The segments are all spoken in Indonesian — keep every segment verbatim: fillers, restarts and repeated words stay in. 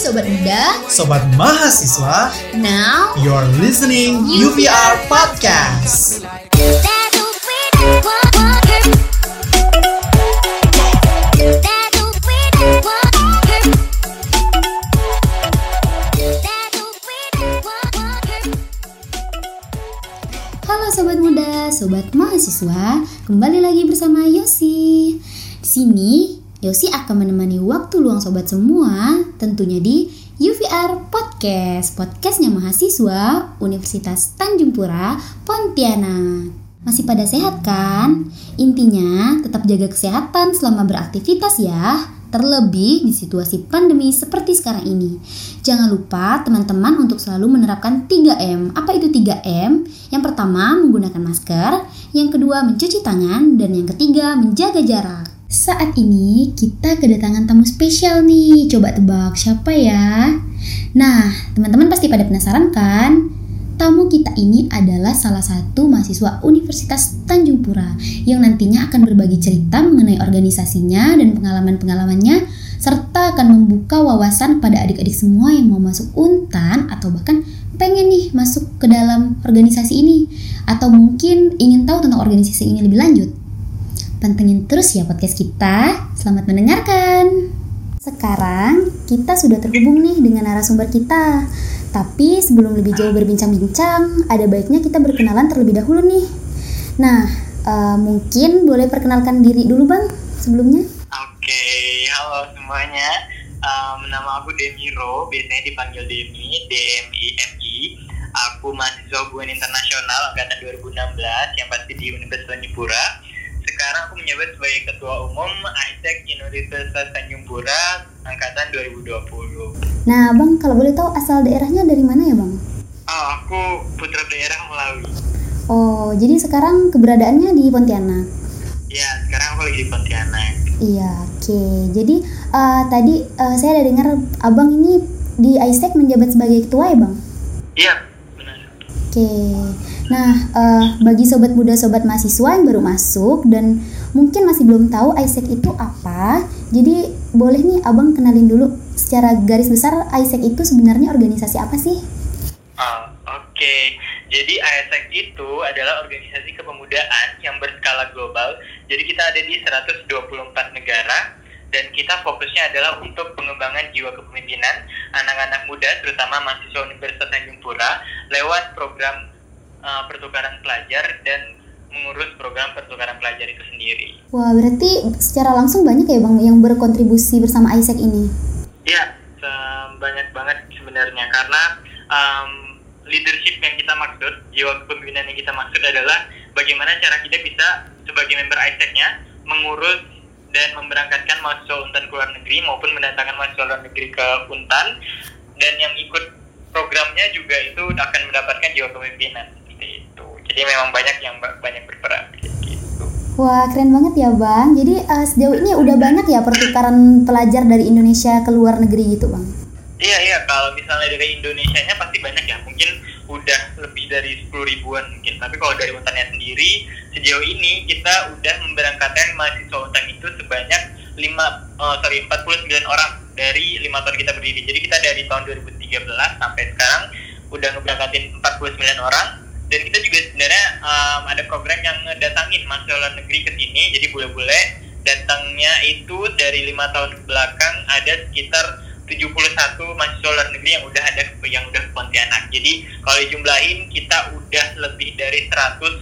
Sobat Muda, Sobat Mahasiswa. Now You're listening U V R Podcast. Halo Sobat Muda, Sobat Mahasiswa, kembali lagi bersama Yosi. Di sini Yosi akan menemani waktu luang sobat semua, tentunya di U V R Podcast, podcastnya mahasiswa Universitas Tanjung Pura, Pontianak. Masih pada sehat kan? Intinya tetap jaga kesehatan selama beraktivitas ya, terlebih di situasi pandemi seperti sekarang ini. Jangan lupa teman-teman untuk selalu menerapkan tiga M. Apa itu tiga M? Yang pertama menggunakan masker, yang kedua mencuci tangan, dan yang ketiga menjaga jarak. Saat ini kita kedatangan tamu spesial nih. Coba tebak siapa ya? Nah, teman-teman pasti pada penasaran kan? Tamu kita ini adalah salah satu mahasiswa Universitas Tanjung Pura yang nantinya akan berbagi cerita mengenai organisasinya dan pengalaman-pengalamannya, serta akan membuka wawasan pada adik-adik semua yang mau masuk Untan atau bahkan pengen nih masuk ke dalam organisasi ini, atau mungkin ingin tahu tentang organisasi ini lebih lanjut. Pantengin terus ya podcast kita. Selamat mendengarkan. Sekarang kita sudah terhubung nih dengan narasumber kita. Tapi sebelum lebih jauh berbincang-bincang, ada baiknya kita berkenalan terlebih dahulu nih. Nah, uh, mungkin boleh perkenalkan diri dulu Bang sebelumnya. Oke, halo semuanya. Um, nama aku Demiro, biasanya dipanggil Demi, D M I M I. Aku mahasiswa hubungan internasional angkatan dua ribu enam belas yang pasti di Universitas Tanjung Pura. Sekarang aku menjabat sebagai Ketua Umum Istek Universitas Tanjung Pura angkatan dua ribu dua puluh. Nah Bang, kalau boleh tahu asal daerahnya dari mana ya Bang? Oh, aku putra daerah Melawi. Oh, jadi sekarang keberadaannya di Pontianak? Ya, sekarang aku lagi di Pontianak. Iya, oke. Okay. Jadi uh, tadi uh, saya ada dengar Abang ini di Istek menjabat sebagai ketua ya Bang? Iya, benar. Oke. Okay. Nah, uh, bagi sobat muda, sobat mahasiswa yang baru masuk dan mungkin masih belum tahu Istek itu apa, jadi boleh nih Abang kenalin dulu secara garis besar Istek itu sebenarnya organisasi apa sih? Oh, oke. Okay. Jadi Istek itu adalah organisasi kepemudaan yang berskala global. Jadi kita ada di seratus dua puluh empat negara dan kita fokusnya adalah untuk pengembangan jiwa kepemimpinan anak-anak muda, terutama mahasiswa Universitas Tanjung Pura lewat program Uh, pertukaran pelajar dan mengurus program pertukaran pelajar itu sendiri. Wah, berarti secara langsung banyak ya Bang yang berkontribusi bersama Istek ini? Iya, banyak banget sebenarnya karena um, leadership yang kita maksud, jiwa kepemimpinan yang kita maksud adalah bagaimana cara kita bisa sebagai member Istek-nya mengurus dan memberangkatkan mahasiswa Untan ke luar negeri maupun mendatangkan mahasiswa luar negeri ke Untan, dan yang ikut programnya juga itu akan mendapatkan jiwa kepemimpinan. Itu. Jadi memang banyak yang banyak berperan gitu. Wah, keren banget ya Bang. Jadi uh, sejauh ini udah banyak ya pertukaran pelajar dari Indonesia ke luar negeri gitu Bang? Iya, iya. Kalau misalnya dari Indonesianya pasti banyak ya. Mungkin udah lebih dari sepuluh ribuan mungkin. Tapi kalau dari Untannya sendiri, sejauh ini kita udah memberangkatkan mahasiswa Untan itu sebanyak lima, oh, sorry, empat puluh sembilan orang dari lima tahun kita berdiri. Jadi kita dari tahun dua ribu tiga belas sampai sekarang udah ngeberangkatin empat puluh sembilan orang. Dan kita juga sebenarnya um, ada program yang ngedatangin mahasiswa luar negeri ke sini. Jadi bule-bule datangnya itu dari lima tahun ke belakang ada sekitar tujuh puluh satu mahasiswa luar negeri yang udah ada yang udah ke Pontianak. Jadi kalau dijumlahin kita udah lebih dari seratus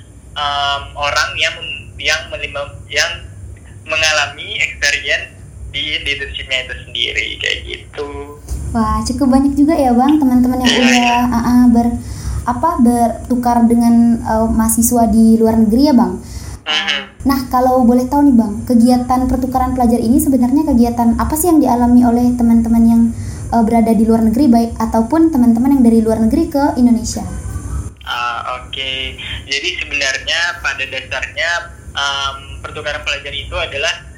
um, orang yang yang melim- yang mengalami experience di leadership-nya itu sendiri kayak gitu. Wah, cukup banyak juga ya Bang teman-teman yang udah uh, uh, ber apa bertukar dengan uh, mahasiswa di luar negeri ya Bang. Uh-huh. Nah, kalau boleh tahu nih Bang, kegiatan pertukaran pelajar ini sebenarnya kegiatan apa sih yang dialami oleh teman-teman yang uh, berada di luar negeri, baik ataupun teman-teman yang dari luar negeri ke Indonesia? Uh, Oke, okay. Jadi sebenarnya pada dasarnya um, pertukaran pelajar itu adalah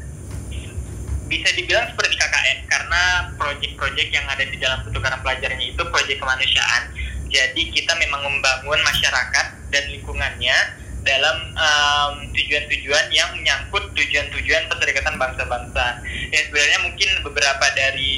bisa dibilang seperti K K N karena proyek-proyek yang ada di dalam pertukaran pelajarnya itu proyek kemanusiaan. Jadi kita memang membangun masyarakat dan lingkungannya dalam um, tujuan-tujuan yang menyangkut tujuan-tujuan perserikatan bangsa-bangsa. Ya sebenarnya mungkin beberapa dari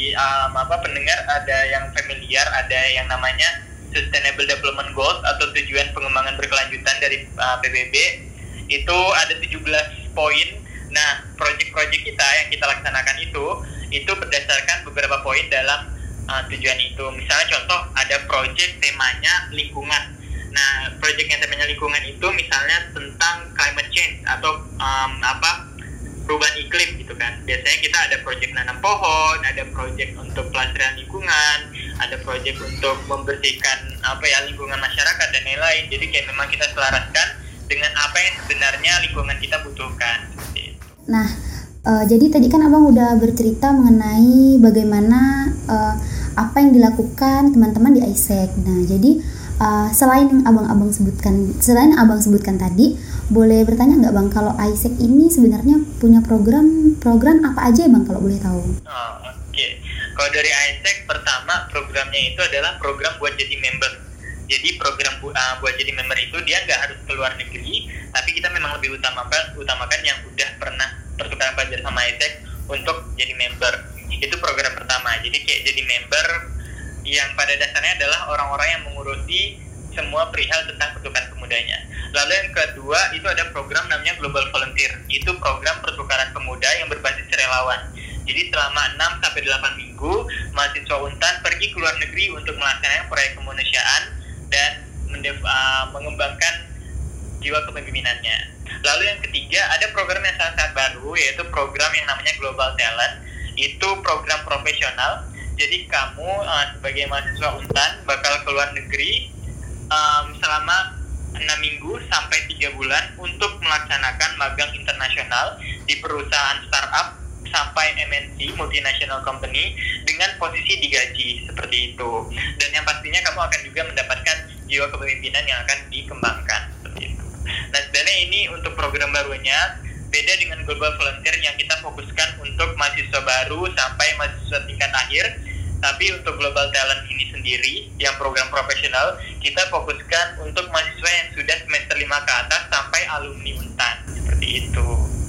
dari um, apa pendengar ada yang familiar, ada yang namanya Sustainable Development Goals atau tujuan pengembangan berkelanjutan dari uh, P B B. Itu ada tujuh belas poin. Nah, proyek-proyek kita yang kita laksanakan itu itu berdasarkan beberapa poin dalam uh, tujuan itu. Misalnya contoh ada proyek temanya lingkungan. Nah, proyek yang temanya lingkungan itu misalnya tentang climate change atau um, apa perubahan iklim gitu kan. Biasanya kita ada proyek nanam pohon, ada proyek untuk pelestarian lingkungan, ada proyek untuk membersihkan apa ya lingkungan masyarakat dan lain-lain. Jadi kayak memang kita selaraskan dengan apa yang sebenarnya lingkungan kita butuhkan. Nah, uh, jadi tadi kan abang udah bercerita mengenai bagaimana uh, apa yang dilakukan teman-teman di AIESEC. Nah, jadi uh, selain yang abang-abang sebutkan, selain abang sebutkan tadi, boleh bertanya nggak bang, kalau AIESEC ini sebenarnya punya program program apa aja ya bang, kalau boleh tahu? Oh, Oke, okay. Kalau dari AIESEC pertama programnya itu adalah program buat jadi member. Jadi program uh, buat jadi member itu dia nggak harus ke luar negeri, tapi kita memang lebih utamakan utamakan yang udah pernah pertukaran pelajar sama AIESEC untuk jadi member. Itu program pertama. Jadi kayak jadi member yang pada dasarnya adalah orang-orang yang mengurusi semua perihal tentang pertukaran pemudanya. Lalu yang kedua itu ada program namanya Global Volunteer. Itu program pertukaran pemuda yang berbasis relawan. Jadi selama enam sampai delapan minggu mahasiswa Untan pergi ke luar negeri untuk melaksanakan proyek kemanusiaan dan mendef- uh, mengembangkan jiwa kepemimpinannya. Lalu yang ketiga ada program yang sangat-sangat baru, yaitu program yang namanya Global Talent. Itu program profesional. Jadi kamu uh, sebagai mahasiswa Untan bakal ke luar negeri um, selama enam minggu sampai tiga bulan untuk melaksanakan magang internasional di perusahaan startup sampai M N C, multinational company, dengan posisi digaji seperti itu. Dan yang pastinya kamu akan juga mendapatkan jiwa kepemimpinan yang akan dikembangkan seperti itu. Nah, sebenarnya ini untuk program barunya beda dengan Global Volunteer yang kita fokuskan untuk mahasiswa baru sampai mahasiswa tingkat akhir. Tapi untuk Global Talent ini sendiri, yang program profesional, kita fokuskan untuk mahasiswa yang sudah semester lima ke atas sampai alumni Untan, seperti itu.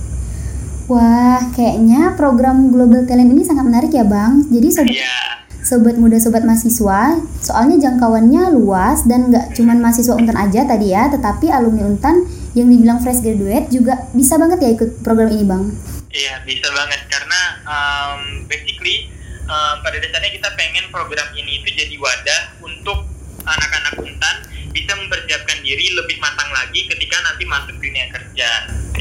Wah, kayaknya program Global Talent ini sangat menarik ya bang. Jadi sobat, yeah. sobat muda, sobat mahasiswa, soalnya jangkauannya luas dan nggak cuma mahasiswa Untan aja tadi ya, tetapi alumni Untan yang dibilang fresh graduate juga bisa banget ya ikut program ini bang. Iya, yeah, bisa banget karena um, basically um, pada dasarnya kita pengen program ini itu jadi wadah untuk anak-anak Untan bisa mempersiapkan diri lebih matang lagi ketika nanti masuk dunia kerja.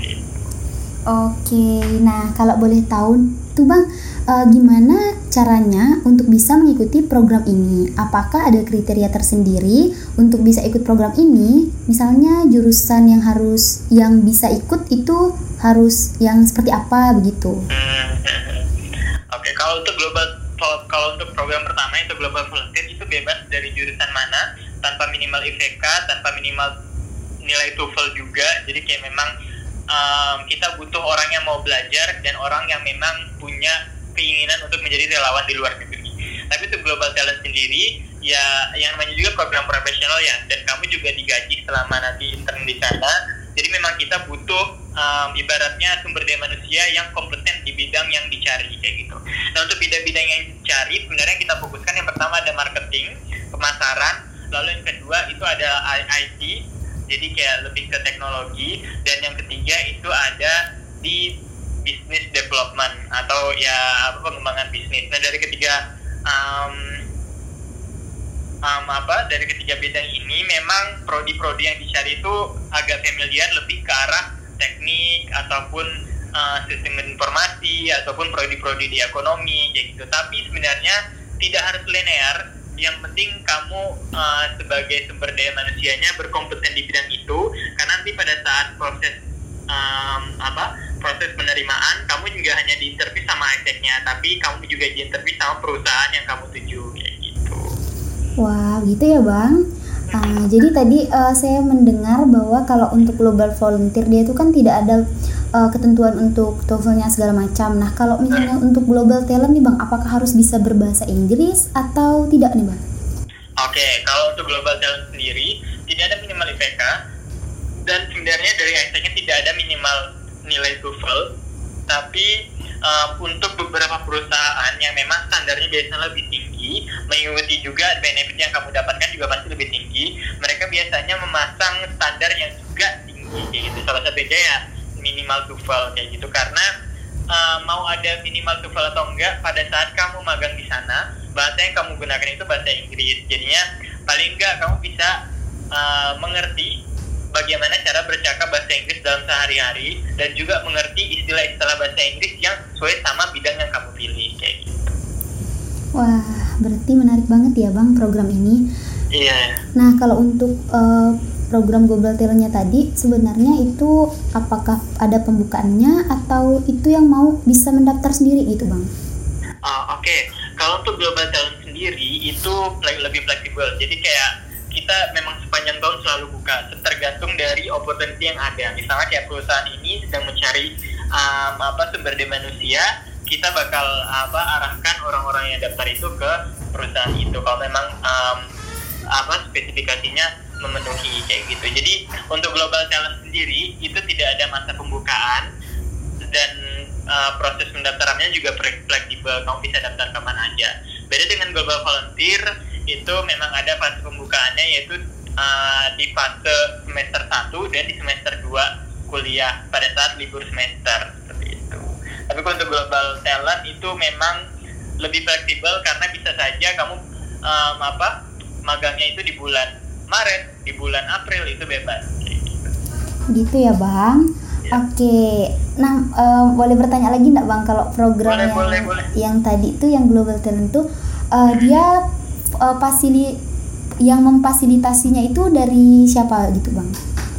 Oke, nah kalau boleh tahu tuh bang, e, gimana caranya untuk bisa mengikuti program ini? Apakah ada kriteria tersendiri untuk bisa ikut program ini? Misalnya jurusan yang harus yang bisa ikut itu harus yang seperti apa begitu? Hmm. Oke, kalau untuk global kalau untuk program pertama itu Global Volunteer itu bebas dari jurusan mana, tanpa minimal I P K, tanpa minimal nilai TOEFL juga. Jadi kayak memang Um, kita butuh orang yang mau belajar dan orang yang memang punya keinginan untuk menjadi relawan di luar negeri. Tapi untuk Global Talent sendiri, ya yang namanya juga program profesional ya, dan kamu juga digaji selama nanti intern di sana. Jadi memang kita butuh um, ibaratnya sumber daya manusia yang kompeten di bidang yang dicari kayak gitu. Nah untuk bidang-bidang yang dicari sebenarnya kita fokuskan yang pertama ada marketing, pemasaran, lalu yang kedua itu ada I T. Jadi kayak lebih ke teknologi, dan yang ketiga itu ada di business development atau ya apa pengembangan bisnis. Nah dari ketiga um, um, apa dari ketiga bidang ini memang prodi-prodi yang dicari itu agak familiar lebih ke arah teknik ataupun uh, sistem informasi ataupun prodi-prodi di ekonomi kayak gitu. Tapi sebenarnya tidak harus linear. Yang penting kamu uh, sebagai sumber daya manusianya berkompeten di bidang itu, karena nanti pada saat proses um, apa proses penerimaan kamu juga hanya diinterview sama AIESEC-nya, tapi kamu juga diinterview sama perusahaan yang kamu tuju kayak gitu. Wah, gitu ya bang. Uh, jadi tadi uh, saya mendengar bahwa kalau untuk Global Volunteer dia itu kan tidak ada uh, ketentuan untuk TOEFL-nya segala macam. Nah kalau misalnya hmm. untuk Global Talent nih bang, apakah harus bisa berbahasa Inggris atau tidak nih bang? Oke, okay, kalau untuk Global Talent sendiri tidak ada minimal I P K, dan sebenarnya dari AIESEC-nya tidak ada minimal nilai TOEFL, tapi um, untuk beberapa perusahaan yang memang standarnya biasanya lebih tinggi, mengikuti juga benefit yang kamu dapatkan juga pasti lebih tinggi. Mereka biasanya memasang standar yang juga tinggi kayak gitu. Salah satunya ya minimal TOEFL kayak gitu, karena uh, mau ada minimal TOEFL atau enggak, pada saat kamu magang di sana, bahasa yang kamu gunakan itu bahasa Inggris. Jadinya paling enggak kamu bisa uh, mengerti bagaimana cara bercakap bahasa Inggris dalam sehari-hari, dan juga mengerti istilah-istilah bahasa Inggris yang sesuai sama bidang yang kamu pilih kayak gitu. Wah, berarti menarik banget ya Bang program ini. Iya. Nah, kalau untuk uh, program Global Talent-nya tadi, sebenarnya itu apakah ada pembukaannya atau itu yang mau bisa mendaftar sendiri gitu Bang? Uh, Oke, okay. Kalau untuk Global Talent sendiri itu lebih fleksibel. Jadi kayak kita memang sepanjang tahun selalu buka, tergantung dari opportunity yang ada. Misalnya kayak perusahaan ini sedang mencari um, apa sumber daya manusia, kita bakal apa arahkan orang-orang yang daftar itu ke perusahaan itu kalau memang um, apa spesifikasinya memenuhi kayak gitu. Jadi untuk Global Talent sendiri itu tidak ada masa pembukaan, dan uh, proses pendaftarannya juga fleksibel, kamu bisa daftar kapan aja. Beda dengan Global Volunteer, itu memang ada fase pembukaannya, yaitu uh, di fase semester satu dan di semester dua kuliah pada saat libur semester seperti itu. Tapi untuk Global Talent itu memang lebih fleksibel, karena bisa saja kamu um, apa magangnya itu di bulan Maret, di bulan April, itu bebas. Gitu ya Bang. Ya. Oke, nah um, boleh bertanya lagi nggak Bang, kalau program boleh, yang, boleh, boleh. yang tadi itu yang Global Talent itu uh, dia uh, fasili yang memfasilitasinya itu dari siapa gitu Bang?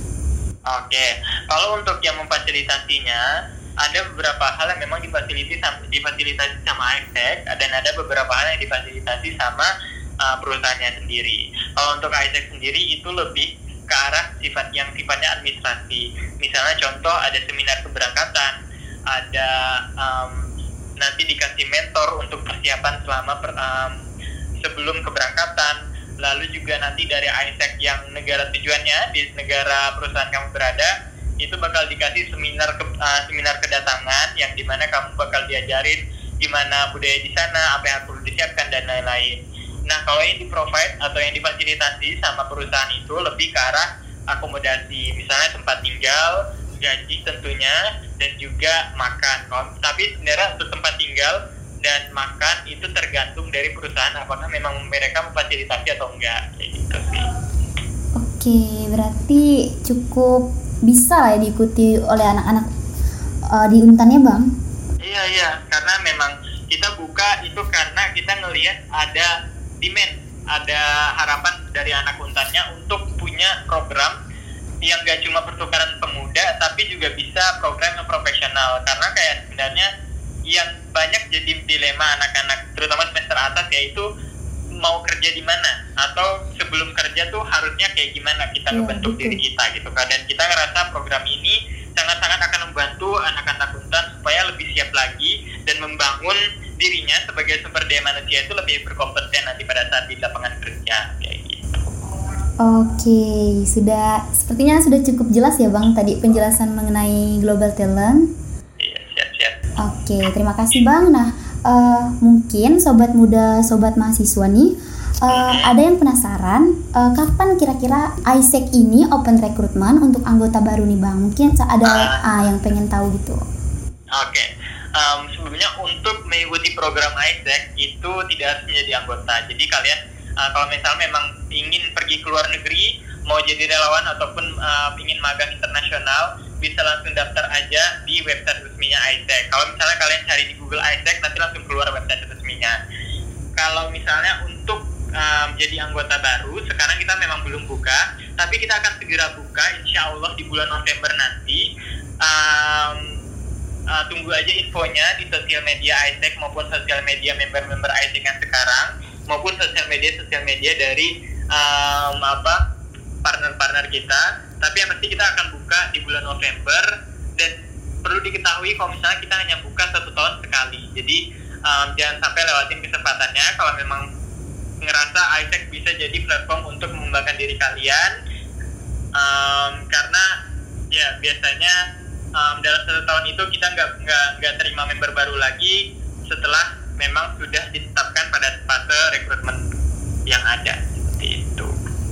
Oke, kalau untuk yang memfasilitasinya ada beberapa hal yang memang difasilitasi sama, difasilitasi sama I S E C, dan ada beberapa hal yang difasilitasi sama uh, perusahaannya sendiri. Kalau untuk I S E C sendiri itu lebih ke arah sifat yang sifatnya administrasi. Misalnya contoh ada seminar keberangkatan, ada um, nanti dikasih mentor untuk persiapan selama per, um, sebelum keberangkatan. Lalu juga nanti dari I S E C yang negara tujuannya, di negara perusahaan kamu berada, itu bakal dikasih seminar ke, uh, seminar kedatangan yang dimana kamu bakal diajarin gimana budaya di sana, apa yang perlu disiapkan dan lain-lain. Nah, kalau yang di-provide atau yang difasilitasi sama perusahaan itu lebih ke arah akomodasi, misalnya tempat tinggal, gaji tentunya, dan juga makan. Tapi sebenarnya untuk tempat tinggal dan makan itu tergantung dari perusahaan, apakah memang mereka memfasilitasi atau enggak, kayak gitu sih. Oke, berarti cukup bisa lah ya diikuti oleh anak-anak uh, di Untannya Bang? Iya, iya, karena memang kita buka itu karena kita ngelihat ada demand, ada harapan dari anak Untannya untuk punya program yang gak cuma pertukaran pemuda, tapi juga bisa program yang profesional. Karena kayak sebenarnya yang banyak jadi dilema anak-anak, terutama semester atas, yaitu mau kerja di mana, atau sebelum kerja tuh harusnya kayak gimana kita ya, ngebentuk gitu. diri kita gitu kan. Dan kita ngerasa program ini sangat-sangat akan membantu anak-anak Untan supaya lebih siap lagi dan membangun dirinya sebagai sumber daya manusia itu lebih berkompeten nanti pada saat di lapangan kerja kayak gitu. Oke, sudah sepertinya sudah cukup jelas ya Bang tadi penjelasan mengenai Global Talent. Iya, siap-siap. Oke, terima kasih Bang. Nah, uh, mungkin sobat muda, sobat mahasiswa nih uh, mm-hmm. ada yang penasaran uh, kapan kira-kira I S E C ini open recruitment untuk anggota baru nih Bang? Mungkin ada uh, uh, yang pengen tahu gitu. Oke. Okay. Um, sebelumnya untuk mengikuti program I S E C itu tidak harus menjadi anggota. Jadi kalian uh, kalau misalnya memang ingin pergi ke luar negeri, mau jadi relawan ataupun uh, ingin magang internasional, bisa langsung daftar aja di website resminya I S E C. Kalau misalnya kalian cari di Google I S E C, nanti langsung keluar website resminya. Kalau misalnya untuk um, jadi anggota baru, sekarang kita memang belum buka, tapi kita akan segera buka insya Allah di bulan November nanti. Um, Uh, tunggu aja infonya di sosial media I S E C maupun sosial media member-member I S E C yang sekarang, maupun sosial media-sosial media dari um, apa partner-partner kita. Tapi yang pasti kita akan buka di bulan November, dan perlu diketahui kalau misalnya kita hanya buka satu tahun sekali. Jadi um, jangan sampai lewatin kesempatannya. Kalau memang ngerasa I S E C bisa jadi platform untuk mengembangkan diri kalian, um, karena ya biasanya um, dalam satu tahun itu kita nggak nggak nggak terima member baru lagi setelah memang sudah ditetapkan pada fase rekrutmen yang ada seperti itu.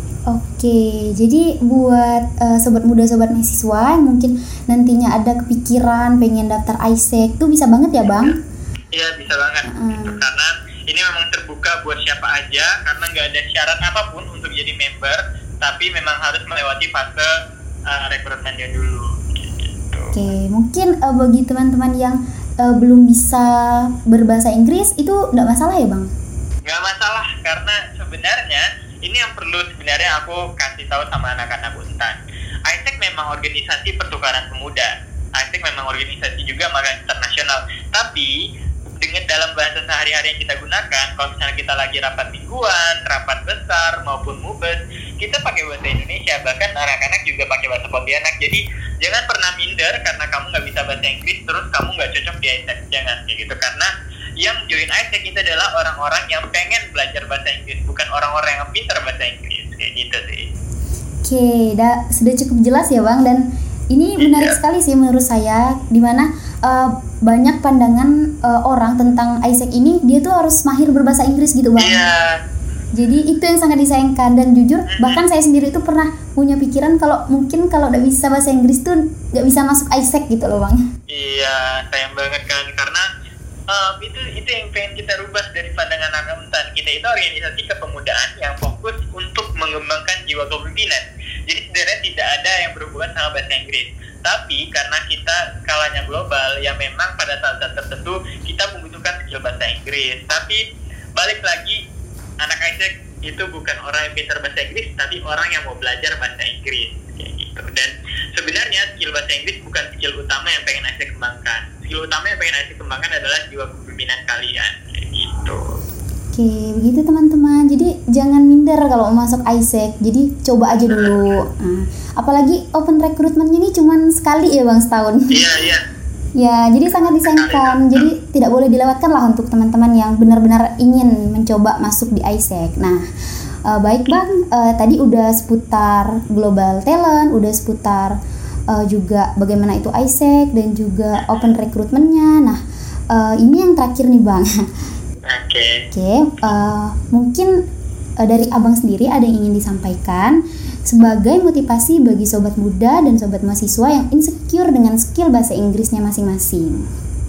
Oke, jadi buat uh, sobat muda, sobat mahasiswa yang mungkin nantinya ada kepikiran pengen daftar I S E C tuh bisa banget ya Bang? Iya bisa banget, uh. gitu. Karena ini memang terbuka buat siapa aja, karena nggak ada syarat apapun untuk jadi member, tapi memang harus melewati fase uh, rekrutmennya dulu. Gitu. Oke, mungkin uh, bagi teman-teman yang uh, belum bisa berbahasa Inggris itu nggak masalah ya Bang? Nggak masalah, karena sebenarnya ini yang perlu sebenarnya aku kasih tahu sama anak-anak Untan. I S E C memang organisasi pertukaran pemuda. I S E C memang organisasi juga magang internasional. Tapi dengan dalam bahasa sehari-hari yang kita gunakan, kalau misalnya kita lagi rapat mingguan, rapat besar maupun mubes, kita pakai bahasa Indonesia. Bahkan anak-anak juga pakai bahasa Pontianak. Jadi jangan pernah minder karena kamu nggak bisa bahasa Inggris terus kamu nggak cocok di I S E C. Jangan kayak gitu, karena yang join I S E C itu adalah orang-orang yang pengen belajar bahasa Inggris, bukan orang-orang yang pintar bahasa Inggris, kayak gitu sih. Oke, dah sudah cukup jelas ya Bang, dan ini menarik yeah. sekali sih menurut saya, dimana uh, banyak pandangan uh, orang tentang I S E C ini, dia tuh harus mahir berbahasa Inggris gitu Bang. Iya. Yeah. Jadi itu yang sangat disayangkan, dan jujur mm-hmm. bahkan saya sendiri itu pernah punya pikiran kalau mungkin kalau nggak bisa bahasa Inggris tuh nggak bisa masuk I S E C gitu loh Bang. Iya, sayang banget kan, karena Um, itu itu yang pengen kita rubah dari pandangan anak Untan. Kita itu organisasi kepemudaan yang fokus untuk mengembangkan jiwa kepemimpinan. Jadi sebenarnya tidak ada yang berhubungan sama bahasa Inggris. Tapi karena kita skalanya global, ya memang pada saat-saat tertentu kita membutuhkan skill bahasa Inggris. Tapi balik lagi, anak I S E C itu bukan orang yang pintar bahasa Inggris, tapi orang yang mau belajar bahasa Inggris kayak gitu. Dan sebenarnya skill bahasa Inggris bukan skill utama yang pengen I S E C kembangkan. Skill utama yang pengen I S E C kembangkan adalah jiwa kepemimpinan kalian kayak gitu. Oke, begitu teman-teman. Jadi jangan minder kalau mau masuk I S E C. Jadi coba aja dulu. Nah, apalagi open recruitment-nya ini cuma sekali ya Bang, setahun. Iya, iya. Ya, jadi sangat disayangkan. Jadi tidak boleh dilewatkan lah untuk teman-teman yang benar-benar ingin mencoba masuk di I S E C. Nah, uh, baik Bang, uh, tadi udah seputar global talent, udah seputar uh, juga bagaimana itu I S E C dan juga open recruitment-nya. Nah, uh, ini yang terakhir nih Bang. Oke. Okay. Oke, okay, uh, mungkin uh, dari Abang sendiri ada yang ingin disampaikan sebagai motivasi bagi sobat muda dan sobat mahasiswa yang insecure dengan skill bahasa Inggrisnya masing-masing.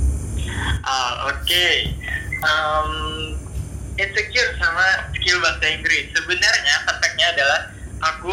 Uh, Oke, okay. um, insecure sama skill bahasa Inggris. Sebenarnya faktanya adalah aku,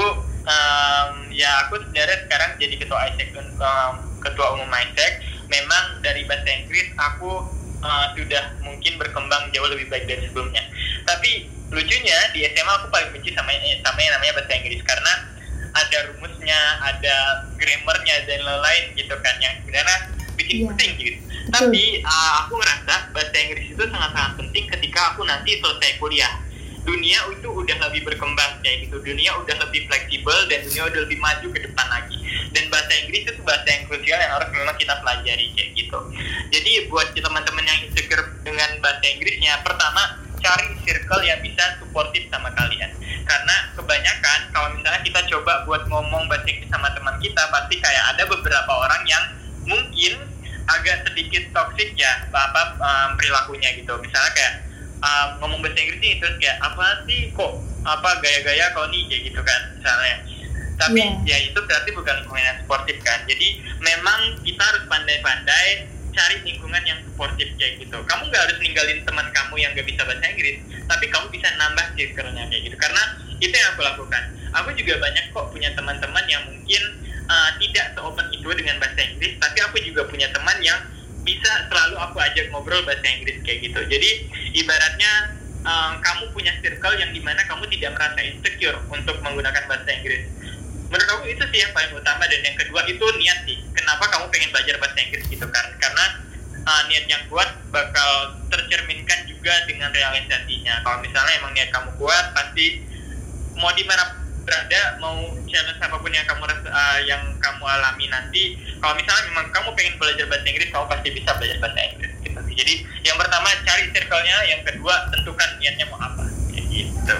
um, ya aku sebenarnya sekarang jadi ketua I S E C, um, ketua umum I S E C. Memang dari bahasa Inggris aku uh, sudah mungkin berkembang jauh lebih baik dari sebelumnya. Tapi lucunya di S M A aku paling benci sama sama yang namanya bahasa Inggris, karena ada rumusnya, ada grammarnya dan lain-lain gitu kan, yang sebenarnya bikin yeah. pusing gitu. Betul. Tapi uh, aku ngerasa bahasa Inggris itu sangat-sangat penting ketika aku nanti selesai kuliah. Dunia itu udah lebih berkembang kayak gitu, dunia udah lebih fleksibel dan dunia udah lebih maju ke depan lagi. Dan bahasa Inggris itu bahasa yang krusial yang harus memang kita pelajari kayak gitu. Jadi buat teman-teman yang insecure dengan bahasa Inggrisnya, pertama cari circle yang bisa suportif sama kalian. Karena kebanyakan kalau misalnya kita coba buat ngomong bahasa Inggris sama teman kita, pasti kayak ada beberapa orang yang mungkin agak sedikit toksik ya apa um, perilakunya gitu. Misalnya kayak um, ngomong bahasa Inggris nih terus kayak apa sih kok apa gaya-gaya kau nih kayak gitu kan misalnya. Tapi yeah. ya itu berarti bukan lingkungan yang sportif kan. Jadi memang kita harus pandai-pandai cari lingkungan yang sportif kayak gitu. Kamu nggak harus ninggalin teman kamu yang nggak bisa bahasa Inggris, tapi kamu bisa nambah circle-nya kayak gitu. Karena itu yang aku lakukan. Aku juga banyak kok punya teman-teman yang mungkin uh, tidak se-open itu dengan bahasa Inggris, tapi aku juga punya teman yang bisa selalu aku ajak ngobrol bahasa Inggris kayak gitu. Jadi ibaratnya um, kamu punya circle yang dimana kamu tidak merasa insecure untuk menggunakan bahasa Inggris. Menurut aku itu sih yang paling utama. Dan yang kedua itu niat sih. Kenapa kamu pengen belajar bahasa Inggris gitu kan? Karena uh, niat yang kuat bakal tercerminkan juga dengan realisasinya. Kalau misalnya emang niat kamu kuat, pasti mau di mana berada, mau challenge apapun yang kamu rasa, uh, yang kamu alami nanti, kalau misalnya memang kamu pengen belajar bahasa Inggris, kamu pasti bisa belajar bahasa Inggris gitu. Jadi yang pertama cari circle-nya, yang kedua tentukan niatnya mau apa kayak gitu.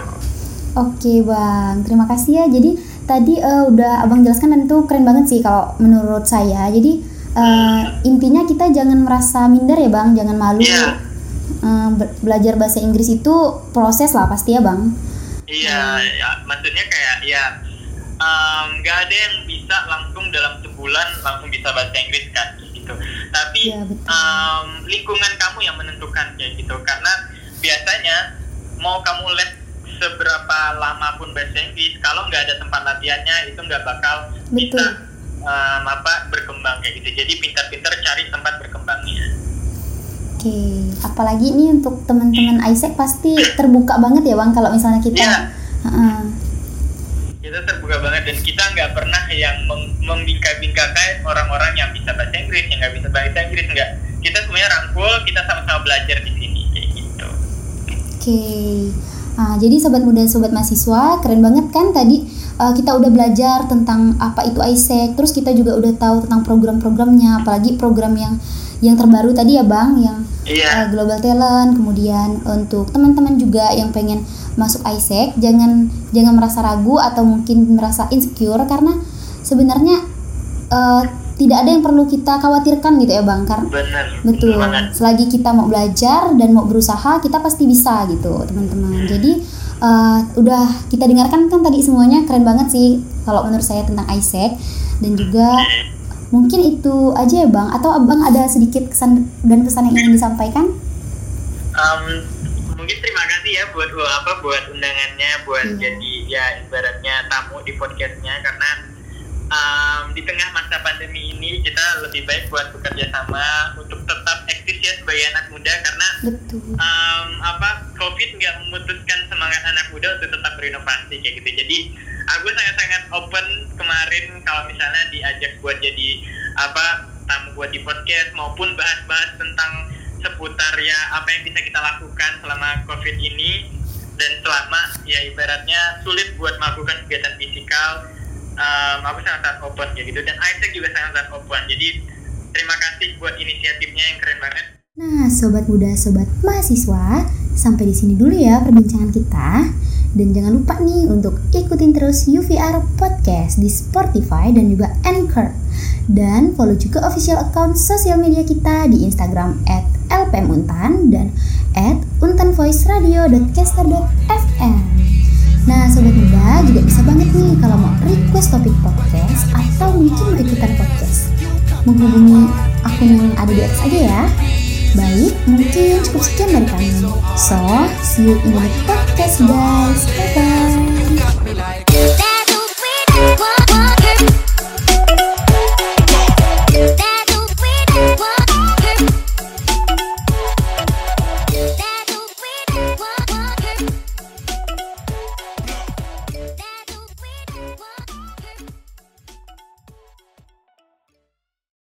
Oke Bang, terima kasih ya. Jadi tadi uh, udah Abang jelaskan dan itu keren banget sih kalau menurut saya. Jadi uh, intinya kita jangan merasa minder ya Bang, jangan malu. Iya. Uh, be- belajar bahasa Inggris itu proses lah pasti ya Bang. Iya, ya, maksudnya kayak ya nggak um, ada yang bisa langsung dalam sebulan langsung bisa bahasa Inggris kan gitu. Tapi ya, um, lingkungan kamu yang menentukan kayak gitu. Karena biasanya mau kamu les seberapa lama pun bahasa Inggris, kalau nggak ada tempat latihannya itu nggak bakal betul. bisa um, apa berkembang kayak gitu. Jadi pintar-pintar cari tempat berkembangnya. Oke, apalagi ini untuk teman-teman Isaac pasti terbuka banget ya Bang kalau misalnya kita. Ya. Uh-uh. Kita terbuka banget dan kita nggak pernah yang mem- membingkai-bingkakan orang-orang yang bisa bahasa Inggris, yang nggak bisa bahasa Inggris, nggak. Kita semuanya rangkul, kita sama-sama belajar di sini kayak gitu. Oke, nah, jadi sobat muda, sobat mahasiswa, keren banget kan tadi uh, kita udah belajar tentang apa itu Isaac, terus kita juga udah tahu tentang program-programnya, apalagi program yang yang terbaru tadi ya Bang, yang iya. uh, Global Talent. Kemudian untuk teman-teman juga yang pengen masuk Isaac, jangan jangan merasa ragu atau mungkin merasa insecure, karena sebenarnya uh, tidak ada yang perlu kita khawatirkan gitu ya Bang. Karena benar, betul. Benar. Selagi kita mau belajar dan mau berusaha, kita pasti bisa gitu teman-teman. Jadi uh, udah kita dengarkan kan tadi semuanya keren banget sih kalau menurut saya tentang Isaac, dan juga mungkin itu aja ya Bang, atau Abang ada sedikit kesan dan pesan yang ingin disampaikan? Um, mungkin terima kasih ya buat apa buat undangannya, buat iya. jadi ya ibaratnya tamu di podcastnya, karena um, di tengah masa pandemi ini kita lebih baik buat bekerja sama untuk tetap eksis ya sebagai anak muda, karena Betul. Um, apa COVID nggak memutuskan semangat anak muda untuk tetap berinovasi kayak gitu. Jadi aku sangat-sangat open kemarin kalau misalnya diajak buat jadi apa tamu buat di podcast maupun bahas-bahas tentang seputar ya apa yang bisa kita lakukan selama COVID ini, dan selama ya ibaratnya sulit buat melakukan kegiatan fisikal, um, aku sangat-sangat open ya gitu, dan Isaac juga sangat-sangat open. Jadi terima kasih buat inisiatifnya yang keren banget. Nah, sobat muda, sobat mahasiswa, sampai di sini dulu ya perbincangan kita. Dan jangan lupa nih untuk ikutin terus U V R Podcast di Spotify dan juga Anchor. Dan follow juga official account sosial media kita di Instagram at l p m untan dan at untanvoiceradio dot caster dot f m. Nah, sobat muda juga bisa banget nih kalau mau request topik podcast atau mungkin mau ikutan podcast, menghubungi akun yang ada di atas aja ya. Baik, mungkin cukup sekian dari kami. So, see you in the next podcast guys. Bye-bye.